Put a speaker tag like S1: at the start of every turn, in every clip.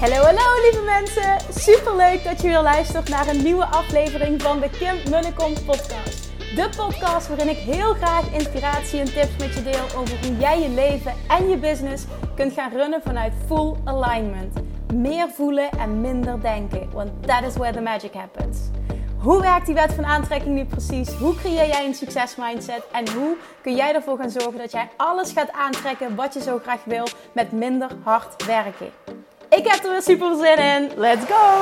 S1: Hallo, hallo lieve mensen. Superleuk dat je weer luistert naar een nieuwe aflevering van de Kim Munnekom podcast. De podcast waarin ik heel graag inspiratie en tips met je deel over hoe jij je leven en je business kunt gaan runnen vanuit full alignment. Meer voelen en minder denken, want that is where the magic happens. Hoe werkt die wet van aantrekking nu precies? Hoe creëer jij een succesmindset? En hoe kun jij ervoor gaan zorgen dat jij alles gaat aantrekken wat je zo graag wil met minder hard werken? Ik heb er weer super zin in. Let's go!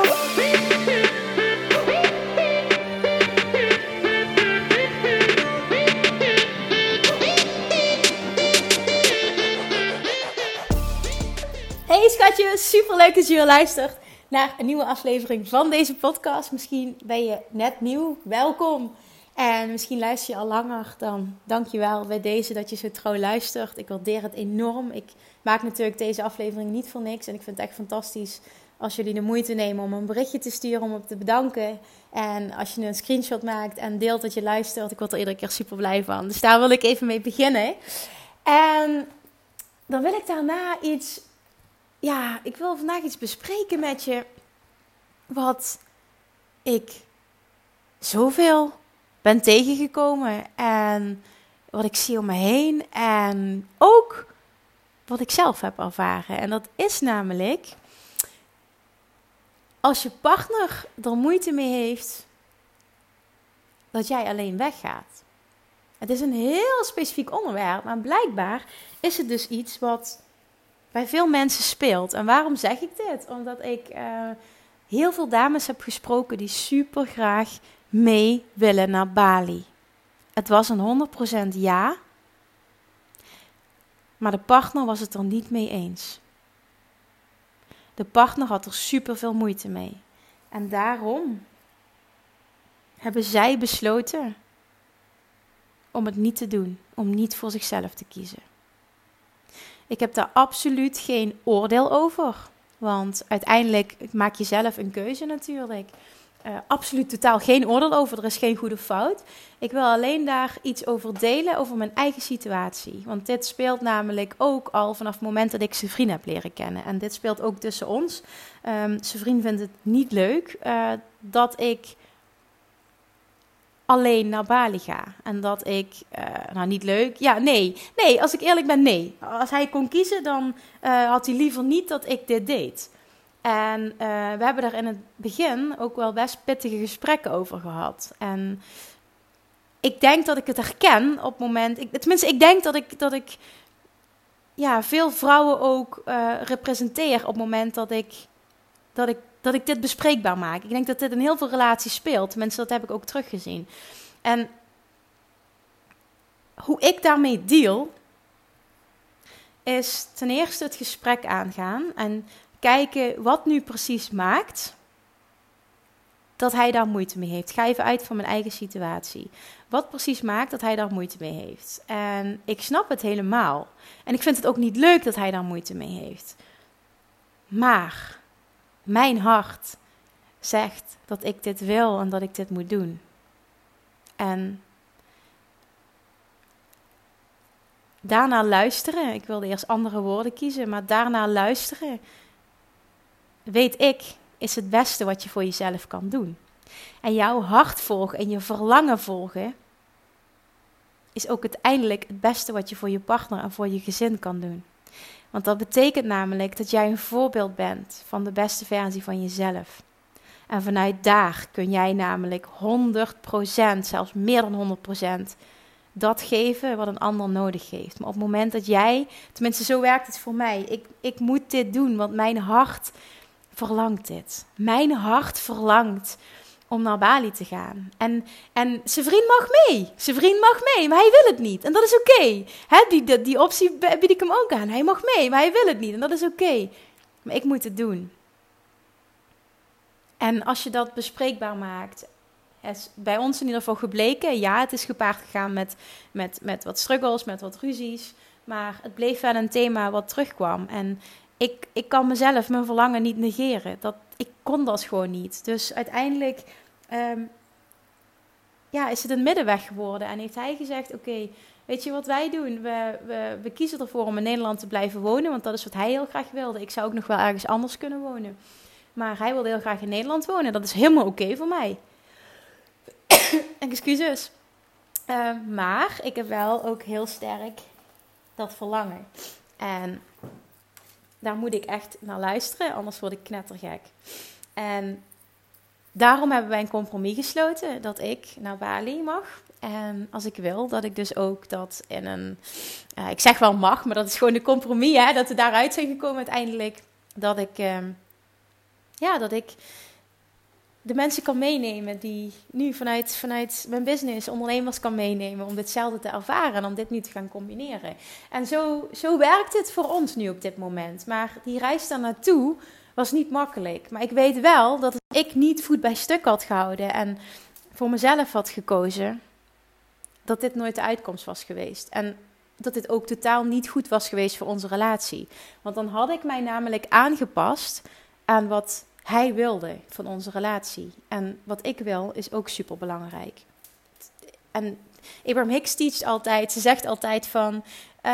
S1: Hey schatje, super leuk dat je weer luistert naar een nieuwe aflevering van deze podcast. Misschien ben je net nieuw, welkom. En misschien luister je al langer, dan dank je wel bij deze dat je zo trouw luistert. Ik waardeer het enorm. Ik maak natuurlijk deze aflevering niet voor niks. En ik vind het echt fantastisch als jullie de moeite nemen om een berichtje te sturen, om op te bedanken. En als je een screenshot maakt en deelt dat je luistert, ik word er iedere keer super blij van. Dus daar wil ik even mee beginnen. En dan wil ik daarna iets... Ja, ik wil vandaag iets bespreken met je wat ik zoveel ben tegengekomen en wat ik zie om me heen en ook wat ik zelf heb ervaren. En dat is namelijk, als je partner er moeite mee heeft dat jij alleen weggaat. Het is een heel specifiek onderwerp, maar blijkbaar is het dus iets wat bij veel mensen speelt. En waarom zeg ik dit? Omdat ik heel veel dames heb gesproken die super graag mee willen naar Bali. Het was een 100% ja, maar de partner was het er niet mee eens. De partner had er super veel moeite mee. En daarom hebben zij besloten om het niet te doen, om niet voor zichzelf te kiezen. Ik heb daar absoluut geen oordeel over. Want uiteindelijk maak je zelf een keuze natuurlijk. Absoluut totaal geen oordeel over. Er is geen goede fout. Ik wil alleen daar iets over delen, over mijn eigen situatie. Want dit speelt namelijk ook al vanaf het moment dat ik zijn vriend heb leren kennen. En dit speelt ook tussen ons. Zijn vriend vindt het niet leuk dat ik alleen naar Bali ga. En dat ik, niet leuk. Ja, nee, als ik eerlijk ben, nee. Als hij kon kiezen, dan had hij liever niet dat ik dit deed. En we hebben daar in het begin ook wel best pittige gesprekken over gehad. En ik denk dat ik het herken op het moment... Ik denk dat ik veel vrouwen ook representeer op het moment dat ik dit bespreekbaar maak. Ik denk dat dit in heel veel relaties speelt. Tenminste, dat heb ik ook teruggezien. En hoe ik daarmee deal, is ten eerste het gesprek aangaan en kijken wat nu precies maakt dat hij daar moeite mee heeft. Ik ga even uit van mijn eigen situatie. Wat precies maakt dat hij daar moeite mee heeft. En ik snap het helemaal. En ik vind het ook niet leuk dat hij daar moeite mee heeft. Maar mijn hart zegt dat ik dit wil en dat ik dit moet doen. En daarna luisteren. Ik wilde eerst andere woorden kiezen, maar daarna luisteren, weet ik, is het beste wat je voor jezelf kan doen. En jouw hart volgen en je verlangen volgen is ook uiteindelijk het beste wat je voor je partner en voor je gezin kan doen. Want dat betekent namelijk dat jij een voorbeeld bent van de beste versie van jezelf. En vanuit daar kun jij namelijk 100%, zelfs meer dan 100%, dat geven wat een ander nodig heeft. Maar op het moment dat jij, tenminste zo werkt het voor mij, ik moet dit doen, want mijn hart verlangt dit. Mijn hart verlangt om naar Bali te gaan. En zijn vriend mag mee. Zijn vriend mag mee, maar hij wil het niet. En dat is oké. Die optie bied ik hem ook aan. Hij mag mee, maar hij wil het niet. En dat is oké. Maar ik moet het doen. En als je dat bespreekbaar maakt, is bij ons in ieder geval gebleken, ja, het is gepaard gegaan met wat struggles, met wat ruzies. Maar het bleef wel een thema wat terugkwam. En ik kan mezelf, mijn verlangen niet negeren. Ik kon dat gewoon niet. Dus uiteindelijk is het een middenweg geworden. En heeft hij gezegd, oké, weet je wat wij doen? We kiezen ervoor om in Nederland te blijven wonen, want dat is wat hij heel graag wilde. Ik zou ook nog wel ergens anders kunnen wonen. Maar hij wilde heel graag in Nederland wonen. Dat is helemaal oké voor mij. Excuses. Maar ik heb wel ook heel sterk dat verlangen. En daar moet ik echt naar luisteren, anders word ik knettergek. En daarom hebben wij een compromis gesloten dat ik naar Bali mag. En als ik wil, dat ik dus ook dat in een... ik zeg wel mag, maar dat is gewoon een compromis, hè, dat we daaruit zijn gekomen uiteindelijk. Dat ik de mensen kan meenemen die nu vanuit mijn business ondernemers kan meenemen om ditzelfde te ervaren en om dit nu te gaan combineren. En zo werkt het voor ons nu op dit moment. Maar die reis daar naartoe was niet makkelijk. Maar ik weet wel dat ik niet voet bij stuk had gehouden en voor mezelf had gekozen, dat dit nooit de uitkomst was geweest. En dat dit ook totaal niet goed was geweest voor onze relatie. Want dan had ik mij namelijk aangepast aan wat hij wilde van onze relatie. En wat ik wil is ook super belangrijk. En Abraham Hicks ze zegt altijd van...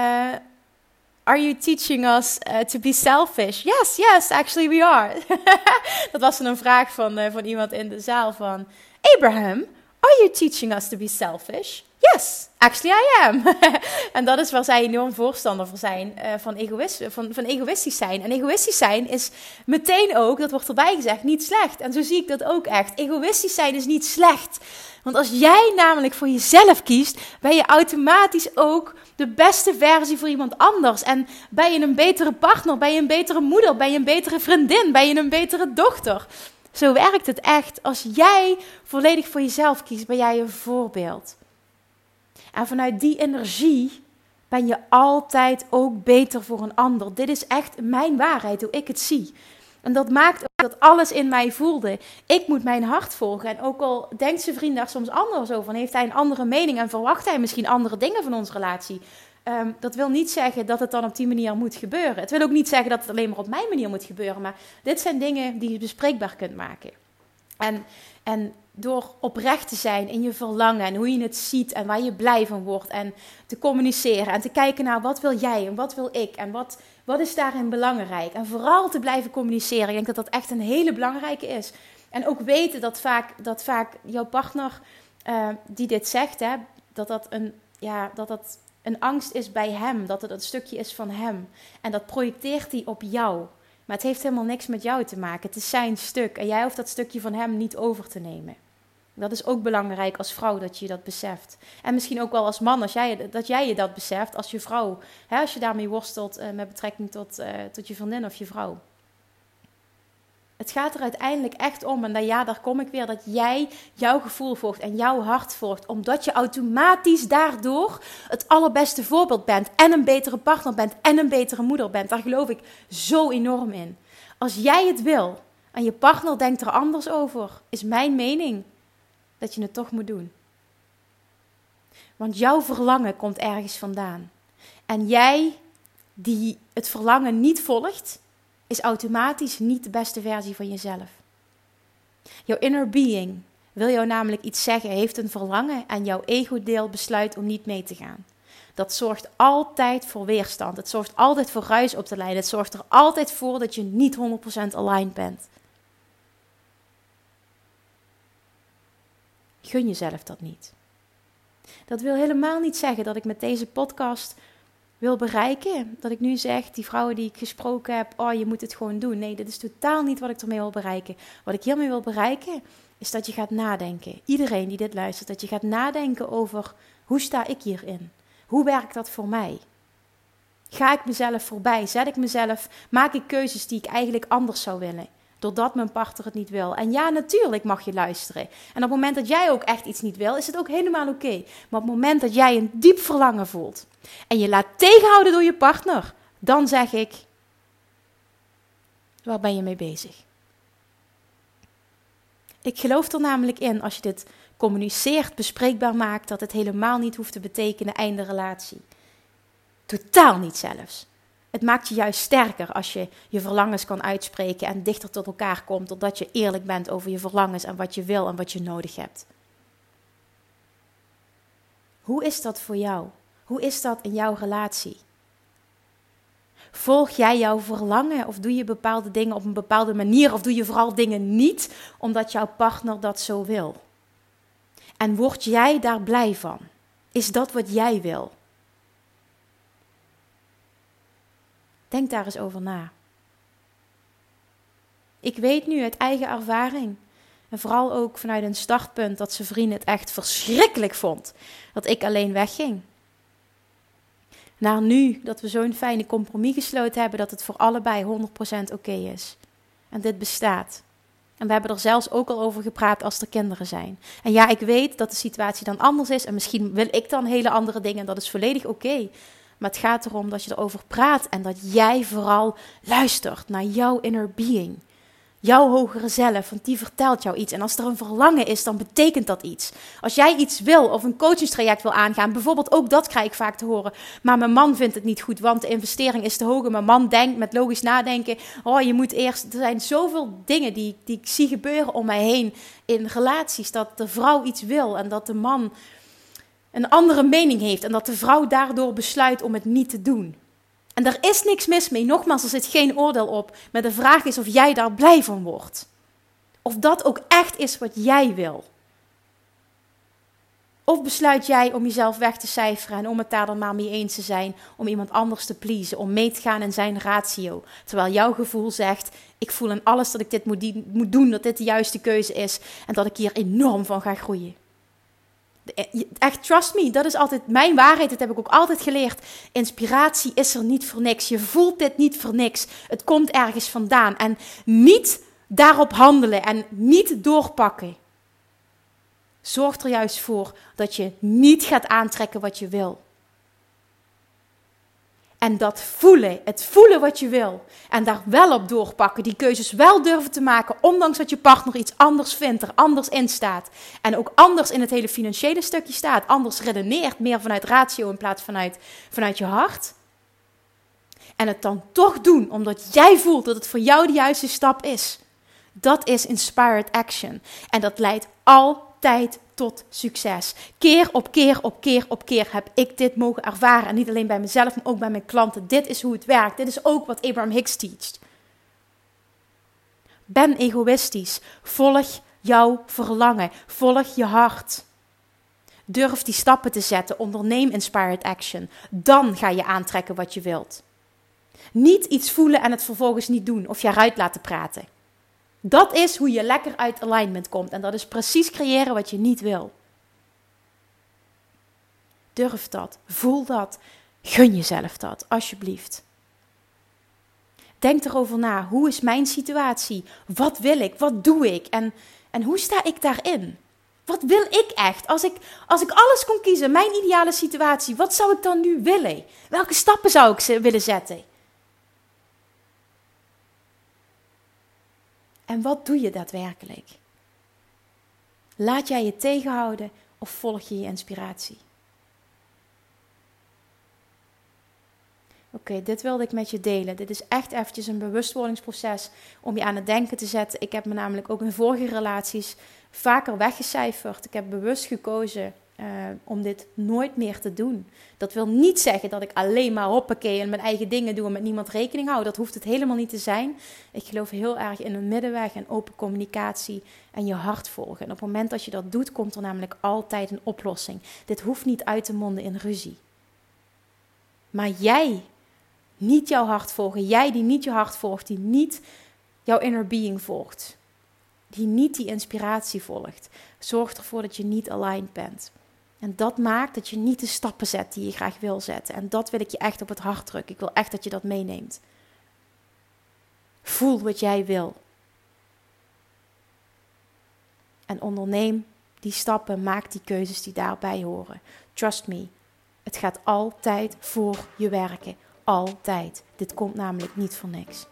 S1: Are you teaching us to be selfish? Yes, actually we are. Dat was een vraag van iemand in de zaal van... Abraham, are you teaching us to be selfish? Yes, actually I am. En dat is waar zij enorm voorstander voor zijn van egoïstisch zijn. En egoïstisch zijn is meteen ook, dat wordt erbij gezegd, niet slecht. En zo zie ik dat ook echt. Egoïstisch zijn is niet slecht. Want als jij namelijk voor jezelf kiest, ben je automatisch ook de beste versie voor iemand anders. En ben je een betere partner, ben je een betere moeder, ben je een betere vriendin, ben je een betere dochter. Zo werkt het echt. Als jij volledig voor jezelf kiest, ben jij een voorbeeld. En vanuit die energie ben je altijd ook beter voor een ander. Dit is echt mijn waarheid, hoe ik het zie. En dat maakt ook dat alles in mij voelde. Ik moet mijn hart volgen. En ook al denkt zijn vriend daar soms anders over, en heeft hij een andere mening en verwacht hij misschien andere dingen van onze relatie. Dat wil niet zeggen dat het dan op die manier moet gebeuren. Het wil ook niet zeggen dat het alleen maar op mijn manier moet gebeuren. Maar dit zijn dingen die je bespreekbaar kunt maken. En door oprecht te zijn in je verlangen en hoe je het ziet en waar je blij van wordt. En te communiceren en te kijken naar wat wil jij en wat wil ik en wat is daarin belangrijk. En vooral te blijven communiceren. Ik denk dat dat echt een hele belangrijke is. En ook weten dat vaak jouw partner die dit zegt, hè, dat een angst is bij hem. Dat het een stukje is van hem. En dat projecteert hij op jou. Maar het heeft helemaal niks met jou te maken. Het is zijn stuk. En jij hoeft dat stukje van hem niet over te nemen. Dat is ook belangrijk als vrouw, dat je dat beseft. En misschien ook wel als man, dat jij je dat beseft als je vrouw. Hè, als je daarmee worstelt met betrekking tot je vriendin of je vrouw. Het gaat er uiteindelijk echt om, en daar kom ik weer, dat jij jouw gevoel volgt en jouw hart volgt. Omdat je automatisch daardoor het allerbeste voorbeeld bent. En een betere partner bent en een betere moeder bent. Daar geloof ik zo enorm in. Als jij het wil en je partner denkt er anders over, is mijn mening dat je het toch moet doen. Want jouw verlangen komt ergens vandaan. En jij die het verlangen niet volgt, is automatisch niet de beste versie van jezelf. Jouw inner being wil jou namelijk iets zeggen, heeft een verlangen en jouw ego-deel besluit om niet mee te gaan. Dat zorgt altijd voor weerstand. Het zorgt altijd voor ruis op de lijn. Het zorgt er altijd voor dat je niet 100% aligned bent. Gun jezelf dat niet. Dat wil helemaal niet zeggen dat ik met deze podcast wil bereiken. Dat ik nu zeg, die vrouwen die ik gesproken heb, oh, je moet het gewoon doen. Nee, dit is totaal niet wat ik ermee wil bereiken. Wat ik hiermee wil bereiken, is dat je gaat nadenken. Iedereen die dit luistert, dat je gaat nadenken over, hoe sta ik hierin? Hoe werkt dat voor mij? Ga ik mezelf voorbij? Maak ik keuzes die ik eigenlijk anders zou willen? Doordat mijn partner het niet wil. En ja, natuurlijk mag je luisteren. En op het moment dat jij ook echt iets niet wil, is het ook helemaal oké. Maar op het moment dat jij een diep verlangen voelt en je laat tegenhouden door je partner, dan zeg ik, waar ben je mee bezig? Ik geloof er namelijk in, als je dit communiceert, bespreekbaar maakt, dat het helemaal niet hoeft te betekenen einde relatie. Totaal niet zelfs. Het maakt je juist sterker als je je verlangens kan uitspreken en dichter tot elkaar komt, doordat je eerlijk bent over je verlangens en wat je wil en wat je nodig hebt. Hoe is dat voor jou? Hoe is dat in jouw relatie? Volg jij jouw verlangen of doe je bepaalde dingen op een bepaalde manier of doe je vooral dingen niet omdat jouw partner dat zo wil? En word jij daar blij van? Is dat wat jij wil? Denk daar eens over na. Ik weet nu uit eigen ervaring, en vooral ook vanuit een startpunt, dat zijn vriend het echt verschrikkelijk vond dat ik alleen wegging. Naar nu dat we zo'n fijne compromis gesloten hebben dat het voor allebei 100% oké is. En dit bestaat. En we hebben er zelfs ook al over gepraat als er kinderen zijn. En ja, ik weet dat de situatie dan anders is en misschien wil ik dan hele andere dingen en dat is volledig oké. Maar het gaat erom dat je erover praat en dat jij vooral luistert naar jouw inner being. Jouw hogere zelf, want die vertelt jou iets. En als er een verlangen is, dan betekent dat iets. Als jij iets wil of een coachingstraject wil aangaan, bijvoorbeeld ook dat krijg ik vaak te horen. Maar mijn man vindt het niet goed, want de investering is te hoog. En mijn man denkt met logisch nadenken, oh je moet eerst... Er zijn zoveel dingen die ik zie gebeuren om mij heen in relaties. Dat de vrouw iets wil en dat de man een andere mening heeft. En dat de vrouw daardoor besluit om het niet te doen. En daar is niks mis mee. Nogmaals, er zit geen oordeel op. Maar de vraag is of jij daar blij van wordt. Of dat ook echt is wat jij wil. Of besluit jij om jezelf weg te cijferen en om het daar dan maar mee eens te zijn, om iemand anders te pleasen, om mee te gaan in zijn ratio. Terwijl jouw gevoel zegt, ik voel in alles dat ik dit moet doen, dat dit de juiste keuze is en dat ik hier enorm van ga groeien. Echt, trust me, dat is altijd mijn waarheid, dat heb ik ook altijd geleerd. Inspiratie is er niet voor niks, je voelt dit niet voor niks. Het komt ergens vandaan en niet daarop handelen en niet doorpakken. Zorg er juist voor dat je niet gaat aantrekken wat je wil. En dat voelen, het voelen wat je wil. En daar wel op doorpakken, die keuzes wel durven te maken, ondanks dat je partner iets anders vindt, er anders in staat. En ook anders in het hele financiële stukje staat, anders redeneert, meer vanuit ratio in plaats vanuit je hart. En het dan toch doen, omdat jij voelt dat het voor jou de juiste stap is. Dat is inspired action. En dat leidt altijd tot succes. Keer op keer op keer op keer heb ik dit mogen ervaren. En niet alleen bij mezelf, maar ook bij mijn klanten. Dit is hoe het werkt. Dit is ook wat Abraham Hicks teacht. Ben egoïstisch. Volg jouw verlangen. Volg je hart. Durf die stappen te zetten. Onderneem inspired action. Dan ga je aantrekken wat je wilt. Niet iets voelen en het vervolgens niet doen. Of je eruit laten praten. Dat is hoe je lekker uit alignment komt. En dat is precies creëren wat je niet wil. Durf dat. Voel dat. Gun jezelf dat, alsjeblieft. Denk erover na. Hoe is mijn situatie? Wat wil ik? Wat doe ik? En hoe sta ik daarin? Wat wil ik echt? Als ik alles kon kiezen, mijn ideale situatie, wat zou ik dan nu willen? Welke stappen zou ik willen zetten? En wat doe je daadwerkelijk? Laat jij je tegenhouden of volg je je inspiratie? Oké, dit wilde ik met je delen. Dit is echt eventjes een bewustwordingsproces om je aan het denken te zetten. Ik heb me namelijk ook in vorige relaties vaker weggecijferd. Ik heb bewust gekozen om dit nooit meer te doen. Dat wil niet zeggen dat ik alleen maar hoppakee en mijn eigen dingen doe en met niemand rekening hou. Dat hoeft het helemaal niet te zijn. Ik geloof heel erg in een middenweg en open communicatie en je hart volgen. En op het moment dat je dat doet, komt er namelijk altijd een oplossing. Dit hoeft niet uit te monden in ruzie. Maar jij niet jouw hart volgen, jij die niet je hart volgt, die niet jouw inner being volgt, die niet die inspiratie volgt, zorg ervoor dat je niet aligned bent. En dat maakt dat je niet de stappen zet die je graag wil zetten. En dat wil ik je echt op het hart drukken. Ik wil echt dat je dat meeneemt. Voel wat jij wil. En onderneem die stappen, maak die keuzes die daarbij horen. Trust me, het gaat altijd voor je werken. Altijd. Dit komt namelijk niet voor niks.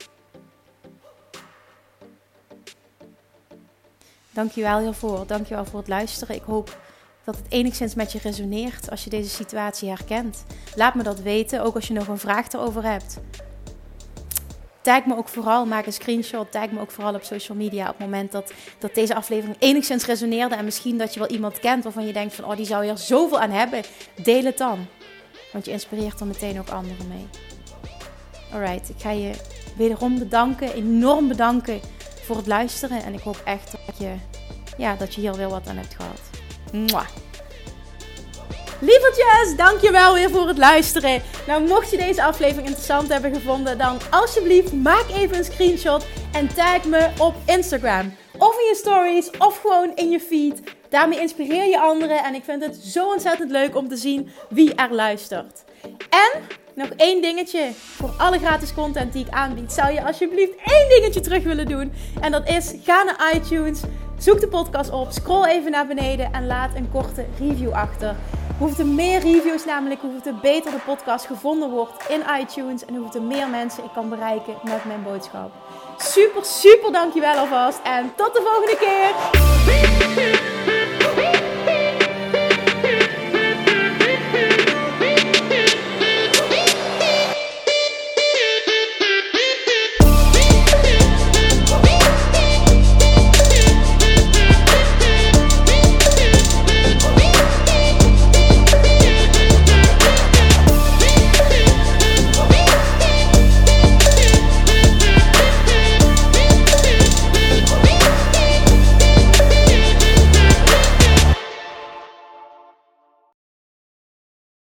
S1: Dankjewel hiervoor. Dankjewel voor het luisteren. Ik hoop dat het enigszins met je resoneert als je deze situatie herkent. Laat me dat weten, ook als je nog een vraag erover hebt. tag me ook vooral, maak een screenshot, tag me ook vooral op social media op het moment dat deze aflevering enigszins resoneerde en misschien dat je wel iemand kent waarvan je denkt van, oh, die zou hier zoveel aan hebben. Deel het dan, want je inspireert er meteen ook anderen mee. Alright, ik ga je wederom bedanken, enorm bedanken voor het luisteren en ik hoop echt dat je hier weer wat aan hebt gehad. Mwah. Lievertjes, dankjewel weer voor het luisteren. Nou, mocht je deze aflevering interessant hebben gevonden, dan alsjeblieft maak even een screenshot en tag me op Instagram. Of in je stories, of gewoon in je feed. Daarmee inspireer je anderen en ik vind het zo ontzettend leuk om te zien wie er luistert. En nog 1 dingetje. Voor alle gratis content die ik aanbied, zou je alsjeblieft 1 dingetje terug willen doen. En dat is, ga naar iTunes, zoek de podcast op, scroll even naar beneden en laat een korte review achter. Hoe er meer reviews namelijk, hoe beter de podcast gevonden wordt in iTunes. En hoe meer mensen ik kan bereiken met mijn boodschap. Super, super dankjewel alvast. En tot de volgende keer.